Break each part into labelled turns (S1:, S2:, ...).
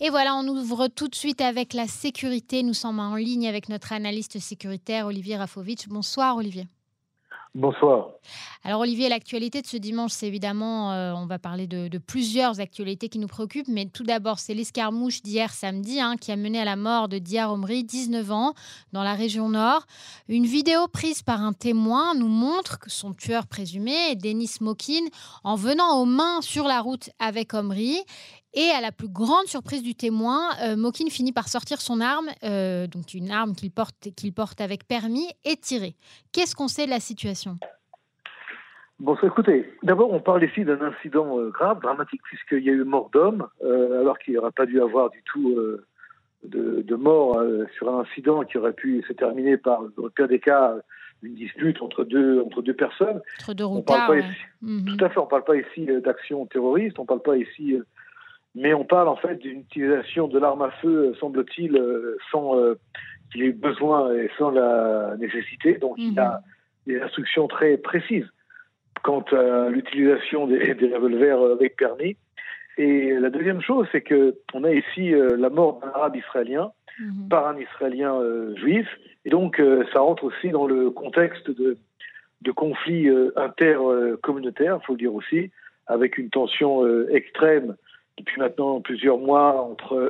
S1: Et voilà, on ouvre tout de suite avec la sécurité. Nous sommes en ligne avec notre analyste sécuritaire, Olivier Rafovitch. Bonsoir, Olivier.
S2: Bonsoir.
S1: Alors, Olivier, l'actualité de ce dimanche, c'est évidemment, on va parler de plusieurs actualités qui nous préoccupent. Mais tout d'abord, c'est l'escarmouche d'hier samedi qui a mené à la mort de Diyar Omri, 19 ans, dans la région nord. Une vidéo prise par un témoin nous montre que son tueur présumé, Denis Mokin, en venant aux mains sur la route avec Omri. Et à la plus grande surprise du témoin, Mokin finit par sortir son arme, donc une arme qu'il porte avec permis, et tirer. Qu'est-ce qu'on sait de la situation ?
S2: Bon, écoutez, d'abord, on parle ici d'un incident grave, dramatique, puisqu'il y a eu mort d'homme, alors qu'il n'y aurait pas dû avoir du tout de mort sur un incident qui aurait pu se terminer par, dans le pire des cas, une dispute entre deux personnes.
S1: Entre deux
S2: On parle
S1: routards,
S2: pas
S1: ouais.
S2: ici, tout à fait, on ne parle pas ici d'action terroriste, on ne parle pas ici, mais on parle en fait d'une utilisation de l'arme à feu, semble-t-il, sans qu'il ait eu besoin et sans la nécessité. Donc, il y a des instructions très précises quant à l'utilisation des revolvers avec permis. Et la deuxième chose, c'est qu'on a ici la mort d'un arabe israélien par un israélien juif. Et donc, ça rentre aussi dans le contexte de conflits intercommunautaires, il faut le dire aussi, avec une tension extrême depuis maintenant plusieurs mois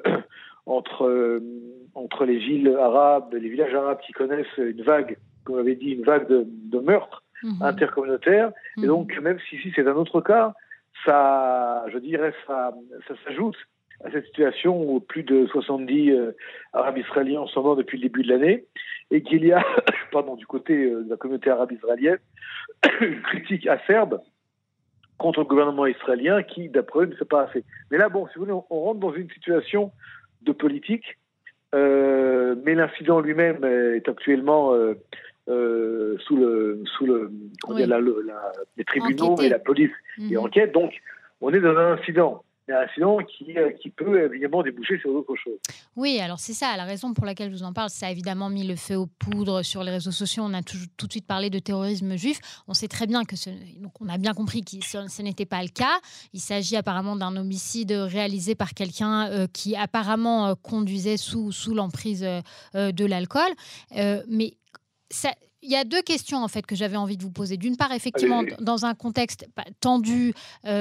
S2: entre les villes arabes, les villages arabes qui connaissent une vague, comme on avait dit, une vague de meurtres intercommunautaires. Et donc, même si ici c'est un autre cas, ça s'ajoute à cette situation où plus de 70 Arabes israéliens sont morts depuis le début de l'année et qu'il y a, du côté de la communauté arabe israélienne, une critique acerbe contre le gouvernement israélien qui, d'après eux, ne fait pas assez. Mais là, bon, si vous voulez, on rentre dans une situation de politique, mais l'incident lui-même est actuellement sous les tribunaux
S1: Enquêté.
S2: et la police et enquête. Donc, on est dans un incident qui peut évidemment déboucher sur d'autres choses.
S1: Oui, alors c'est ça, la raison pour laquelle je vous en parle, ça a évidemment mis le feu aux poudres sur les réseaux sociaux. On a tout de suite parlé de terrorisme juif. On sait très bien donc on a bien compris que ce n'était pas le cas. Il s'agit apparemment d'un homicide réalisé par quelqu'un qui apparemment conduisait sous l'emprise de l'alcool. Mais il y a deux questions en fait que j'avais envie de vous poser. D'une part, effectivement, dans un contexte tendu,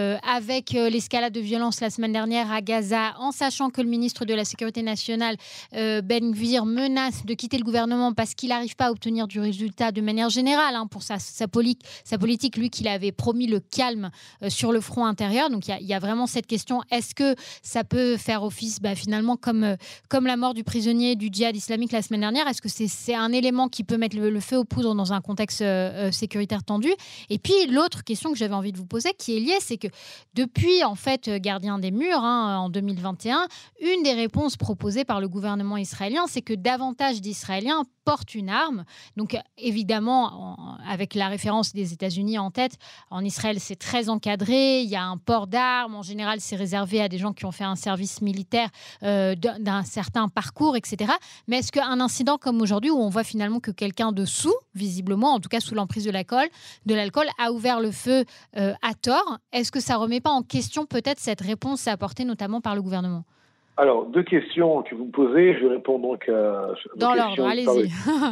S1: avec l'escalade de violence la semaine dernière à Gaza, en sachant que le ministre de la Sécurité nationale, Ben Gvir, menace de quitter le gouvernement parce qu'il n'arrive pas à obtenir du résultat de manière générale pour sa politique, lui, qu'il avait promis le calme sur le front intérieur. Donc il y a vraiment cette question, est-ce que ça peut faire office finalement comme la mort du prisonnier du djihad islamique la semaine dernière? Est-ce que c'est un élément qui peut mettre le feu aux poudre dans un contexte sécuritaire tendu? Et puis l'autre question que j'avais envie de vous poser, qui est liée, c'est que depuis en fait Gardien des Murs en 2021, une des réponses proposées par le gouvernement israélien, c'est que davantage d'Israéliens portent une arme. Donc évidemment, avec la référence des États-Unis en tête, en Israël c'est très encadré, il y a un port d'armes, en général c'est réservé à des gens qui ont fait un service militaire d'un certain parcours, etc. Mais est-ce qu'un incident comme aujourd'hui, où on voit finalement que quelqu'un dessous, visiblement, en tout cas sous l'emprise de l'alcool, a ouvert le feu à tort, est-ce que ça ne remet pas en question peut-être cette réponse apportée notamment par le gouvernement?
S2: Alors, deux questions que vous me posez, je réponds donc à
S1: dans l'ordre, allez-y.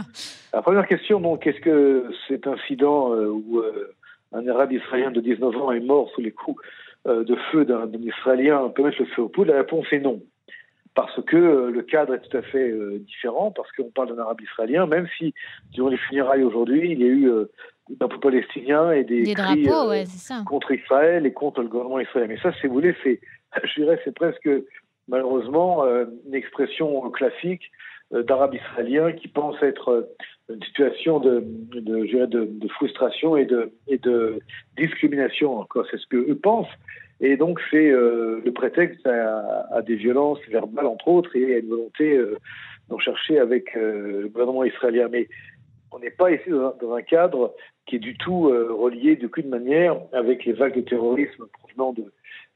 S2: La première question, donc, est-ce que cet incident où un Arabe israélien de 19 ans est mort sous les coups de feu d'un Israélien peut mettre le feu aux poudres? La réponse est non. Parce que le cadre est tout à fait différent, parce qu'on parle d'un Arabe israélien, même si, durant les funérailles aujourd'hui, il y a eu d'un peuple palestinien et des cris
S1: drapeaux, c'est ça.
S2: contre Israël et contre le gouvernement israélien. Mais ça, si vous voulez, je dirais, c'est presque, malheureusement, une expression classique d'Arabes israéliens qui pensent être une situation de frustration et de discrimination. Encore, c'est ce qu'eux pensent. Et donc, c'est le prétexte à des violences verbales, entre autres, et à une volonté d'en chercher avec le gouvernement israélien. Mais on n'est pas ici dans un cadre qui est du tout relié d'aucune manière avec les vagues de terrorisme provenant de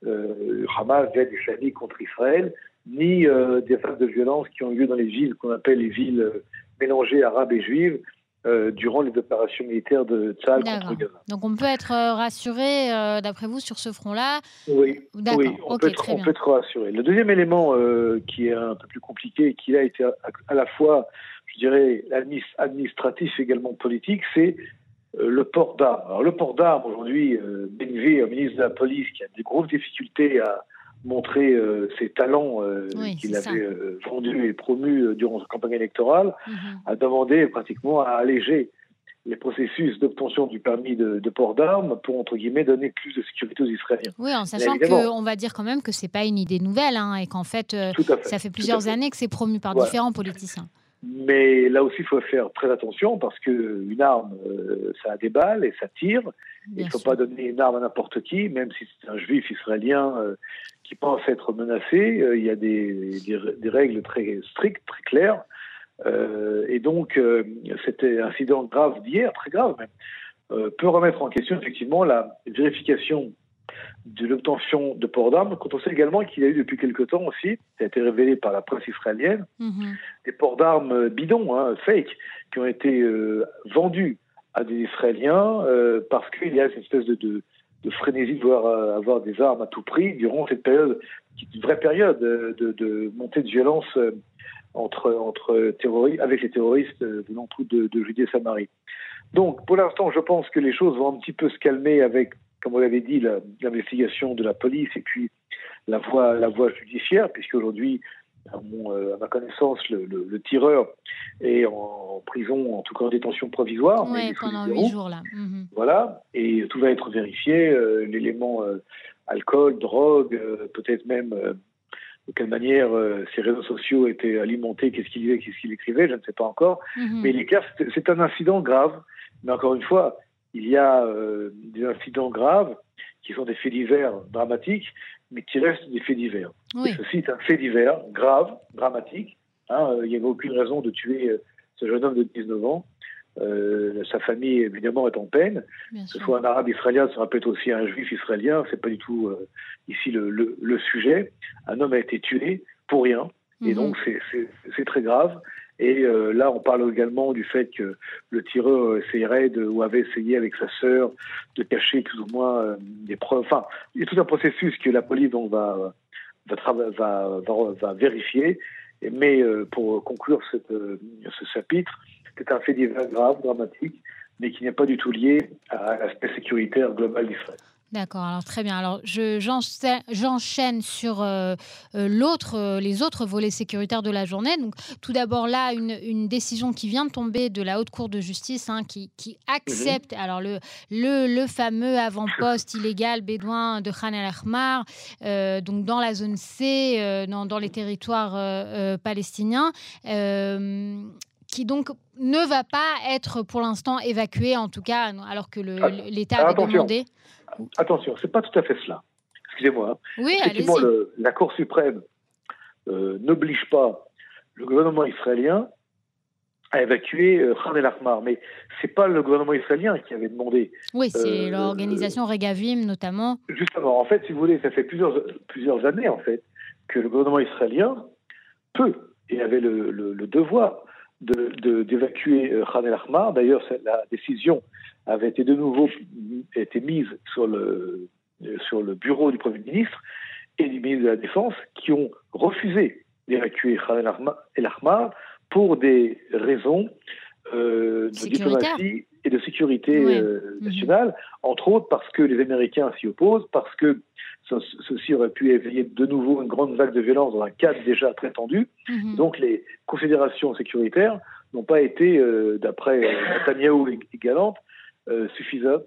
S2: Hamas, Djihad islamique contre Israël, ni des vagues de violence qui ont lieu dans les villes qu'on appelle les villes mélangées arabes et juives, durant les opérations militaires de Tsahal contre Gaza.
S1: Donc on peut être rassuré, d'après vous, sur ce front-là.
S2: Oui,
S1: d'accord.
S2: On peut être rassuré. Le deuxième élément qui est un peu plus compliqué et qui a été à la fois, je dirais, administratif et également politique, c'est le port d'armes. Alors le port d'armes, aujourd'hui, Ben Gvir, ministre de la Police, qui a des grosses difficultés à montrer ses talents qu'il avait vendus et promus durant sa campagne électorale, a demandé pratiquement à alléger les processus d'obtention du permis de port d'armes pour, entre guillemets, donner plus de sécurité aux Israéliens.
S1: Oui, en sachant qu'on va dire quand même que ce n'est pas une idée nouvelle, et qu'en fait, ça fait plusieurs années que c'est promu par différents politiciens.
S2: Mais là aussi, il faut faire très attention parce qu'une arme, ça a des balles et ça tire. Il ne faut pas donner une arme à n'importe qui, même si c'est un juif israélien qui pense être menacé. Il y a des règles très strictes, très claires. Et donc, cet incident grave d'hier, très grave même, peut remettre en question effectivement la vérification de l'obtention de port d'armes, quand on sait également qu'il y a eu depuis quelque temps aussi, ça a été révélé par la presse israélienne, des ports d'armes bidons, fake, qui ont été vendus à des Israéliens parce qu'il y a cette espèce de frénésie de vouloir avoir des armes à tout prix durant cette période, qui est une vraie période de montée de violence avec les terroristes venant de Judée et Samarie. Donc, pour l'instant, je pense que les choses vont un petit peu se calmer avec, comme vous l'avez dit, l'investigation de la police et puis la voie judiciaire, puisque aujourd'hui, à ma connaissance, le tireur est en prison, en tout cas en détention provisoire.
S1: Oui, pendant 8 jours, là.
S2: Voilà, et tout va être vérifié, l'élément alcool, drogue, peut-être même de quelle manière ces réseaux sociaux étaient alimentés, qu'est-ce qu'il disait, qu'est-ce qu'il écrivait, je ne sais pas encore. Mais il est clair, c'est un incident grave. Mais encore une fois, il y a des incidents graves qui sont des faits divers dramatiques, mais qui restent des faits divers. Oui. Et ceci est un fait divers grave, dramatique. Il n'y avait aucune raison de tuer ce jeune homme de 19 ans. Sa famille, évidemment, est en peine. Que ce soit un arabe israélien, ça peut être aussi un juif israélien. C'est pas du tout ici le sujet. Un homme a été tué pour rien. Et donc, c'est très grave. Et là, on parle également du fait que le tireur avait essayé avec sa sœur de cacher plus ou moins des preuves. Enfin, il y a tout un processus que la police donc, va vérifier. Mais pour conclure ce chapitre, c'est un fait divers grave, dramatique, mais qui n'est pas du tout lié à l'aspect sécuritaire global d'Israël.
S1: D'accord, alors très bien. Alors j'enchaîne sur les autres volets sécuritaires de la journée. Donc tout d'abord là, une décision qui vient de tomber de la Haute Cour de justice qui accepte alors le fameux avant-poste illégal bédouin de Khan el-Ahmar, donc dans la zone C, dans les territoires palestiniens. Qui donc ne va pas être pour l'instant évacué, en tout cas, alors que l'État avait demandé.
S2: Attention, c'est pas tout à fait cela. Excusez-moi.
S1: Oui,
S2: effectivement, la Cour suprême n'oblige pas le gouvernement israélien à évacuer Khan el-Ahmar, mais c'est pas le gouvernement israélien qui avait demandé.
S1: Oui, c'est l'organisation Regavim notamment.
S2: Justement, en fait, si vous voulez, ça fait plusieurs années en fait que le gouvernement israélien peut et avait le devoir d'évacuer Khan el-Ahmar. D'ailleurs, la décision avait été de nouveau mise sur le bureau du Premier ministre et du ministre de la Défense qui ont refusé d'évacuer Khan el-Ahmar pour des raisons de diplomatie et de sécurité nationale, entre autres parce que les Américains s'y opposent, parce que ceci aurait pu éveiller de nouveau une grande vague de violence dans un cadre déjà très tendu. Donc les considérations sécuritaires n'ont pas été, d'après Netanyahou et Galante, suffisantes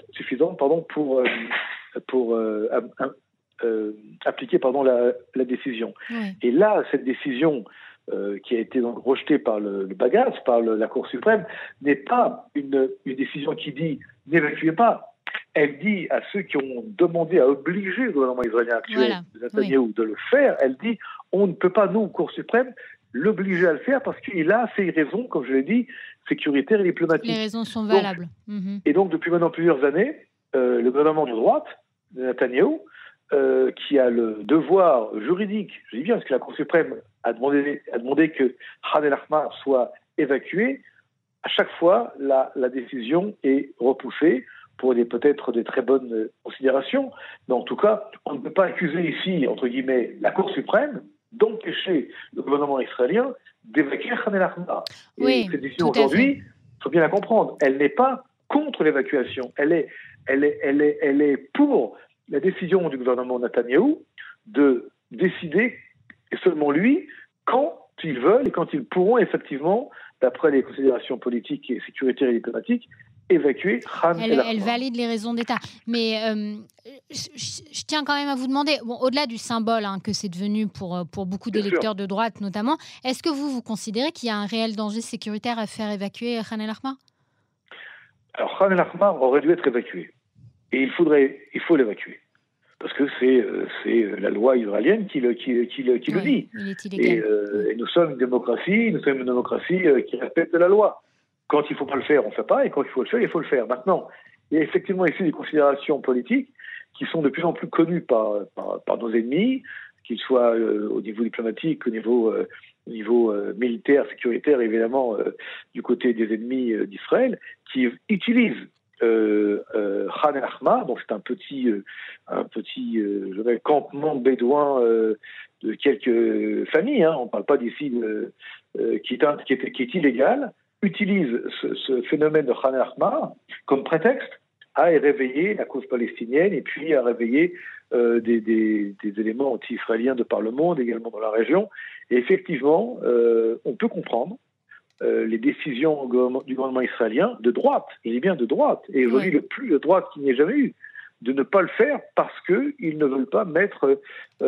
S2: pour appliquer la décision. Et là, cette décision qui a été donc rejetée par le Bagatz, par la Cour suprême, n'est pas une décision qui dit « n'évacuez pas ». Elle dit à ceux qui ont demandé à obliger le gouvernement israélien actuel, Netanyahou, de le faire, elle dit « on ne peut pas, nous, Cour suprême, l'obliger à le faire parce qu'il a ses raisons, comme je l'ai dit, sécuritaires et diplomatiques. »
S1: Les raisons sont valables.
S2: Et donc, depuis maintenant plusieurs années, le gouvernement de droite, de Netanyahou, qui a le devoir juridique, je dis bien, parce que la Cour suprême a demandé que Khan el-Ahmar soit évacué, à chaque fois, la décision est repoussée pour peut-être des très bonnes considérations. Mais en tout cas, on ne peut pas accuser ici, entre guillemets, la Cour suprême d'empêcher le gouvernement israélien d'évacuer Khan el-Ahmar. Et
S1: Oui,
S2: cette décision
S1: tout à fait.
S2: aujourd'hui, il faut bien la comprendre, elle n'est pas contre l'évacuation, elle est pour la décision du gouvernement Netanyahou de décider, et seulement lui, quand ils veulent et quand ils pourront effectivement, d'après les considérations politiques et sécuritaires et diplomatiques, évacuer Khan el-Ahmar.
S1: Elle valide les raisons d'État. Mais je tiens quand même à vous demander, bon, au-delà du symbole que c'est devenu pour beaucoup d'électeurs de droite notamment, est-ce que vous considérez qu'il y a un réel danger sécuritaire à faire évacuer Khan el-Ahmar?
S2: Alors Khan el-Ahmar aurait dû être évacué. Et il faut l'évacuer. Parce que c'est la loi israélienne qui le dit.
S1: Il est illégal.
S2: Et nous sommes une démocratie qui respecte la loi. Quand il ne faut pas le faire, on ne fait pas, et quand il faut le faire, il faut le faire. Maintenant, il y a effectivement ici des considérations politiques qui sont de plus en plus connues par nos ennemis, qu'ils soient au niveau diplomatique, au niveau militaire, sécuritaire, évidemment, du côté des ennemis d'Israël, qui utilisent Khan el-Ahmar, donc c'est un petit campement bédouin de quelques familles, on ne parle pas d'ici qui est illégal, utilise ce phénomène de Khan el-Ahmar comme prétexte à réveiller la cause palestinienne et puis à réveiller des éléments anti-israéliens de par le monde, également dans la région. Et effectivement, on peut comprendre les décisions du gouvernement israélien de droite, il est bien de droite, et aujourd'hui le plus de droite qu'il n'y ait jamais eu, de ne pas le faire parce qu'ils ne veulent pas mettre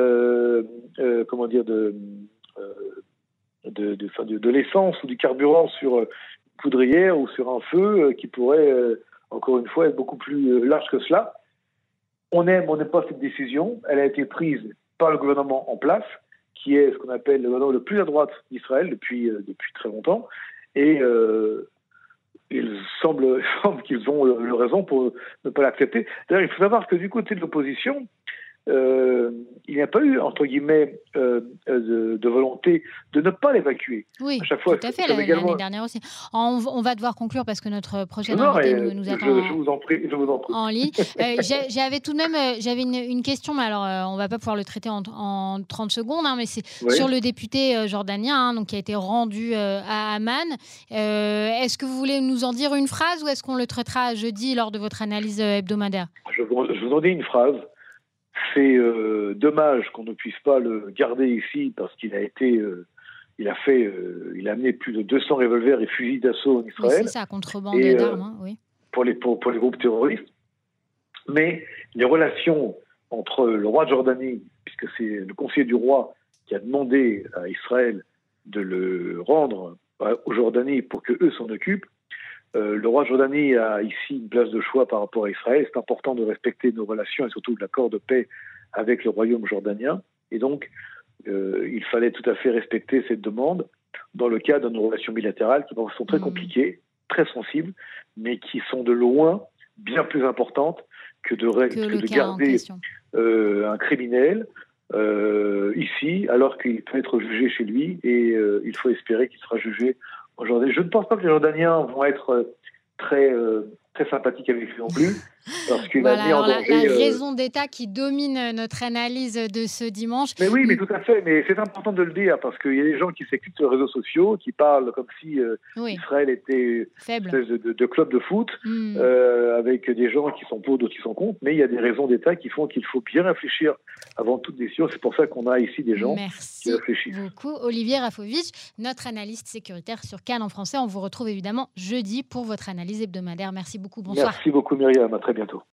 S2: de l'essence ou du carburant sur une poudrière ou sur un feu qui pourrait, encore une fois, être beaucoup plus large que cela. On n'aime pas cette décision, elle a été prise par le gouvernement en place, qui est ce qu'on appelle le gouvernement le plus à droite d'Israël depuis très longtemps, et il semble qu'ils ont le raison pour ne pas l'accepter. D'ailleurs, il faut savoir que du côté de l'opposition, il n'y a pas eu, entre guillemets, de volonté de ne pas l'évacuer.
S1: Oui,
S2: à chaque fois,
S1: tout à fait, l'année dernière aussi. On va devoir conclure parce que notre prochaine invité nous attend
S2: je vous en prie.
S1: En ligne. J'avais tout de même une question, mais alors on ne va pas pouvoir le traiter en 30 secondes, mais c'est sur le député jordanien donc, qui a été rendu à Amman. Est-ce que vous voulez nous en dire une phrase ou est-ce qu'on le traitera jeudi lors de votre analyse hebdomadaire?
S2: Je vous en dis une phrase. C'est dommage qu'on ne puisse pas le garder ici parce qu'il a été, il a amené plus de 200 revolvers et fusils d'assaut en Israël.
S1: Oui, c'est ça, contrebande d'armes, oui.
S2: Pour les groupes terroristes. Mais les relations entre le roi de Jordanie, puisque c'est le conseiller du roi qui a demandé à Israël de le rendre aux Jordanie pour qu'eux s'en occupent, le roi de Jordanie a ici une place de choix par rapport à Israël. C'est important de respecter nos relations et surtout l'accord de paix avec le royaume jordanien. Et donc, il fallait tout à fait respecter cette demande dans le cadre de nos relations bilatérales qui sont très compliquées, très sensibles, mais qui sont de loin bien plus importantes que de garder un criminel ici, alors qu'il peut être jugé chez lui. Et il faut espérer qu'il sera jugé aujourd'hui. Je ne pense pas que les Jordaniens vont être très sympathiques avec lui non plus, parce qu'il a mis en danger...
S1: La raison d'État qui domine notre analyse de ce dimanche.
S2: Mais oui, mais tout à fait. Mais c'est important de le dire, parce qu'il y a des gens qui s'excitent sur les réseaux sociaux, qui parlent comme si Israël était une espèce de club de foot, avec des gens qui sont pour, d'autres qui sont contre. Mais il y a des raisons d'État qui font qu'il faut bien réfléchir avant toute décision. C'est pour ça qu'on a ici des gens qui réfléchissent.
S1: Merci beaucoup. Olivier Rafovitch, notre analyste sécuritaire sur Cannes en français. On vous retrouve évidemment jeudi pour votre analyse hebdomadaire. Merci beaucoup. Bonsoir.
S2: Merci beaucoup Myriam. À très bientôt.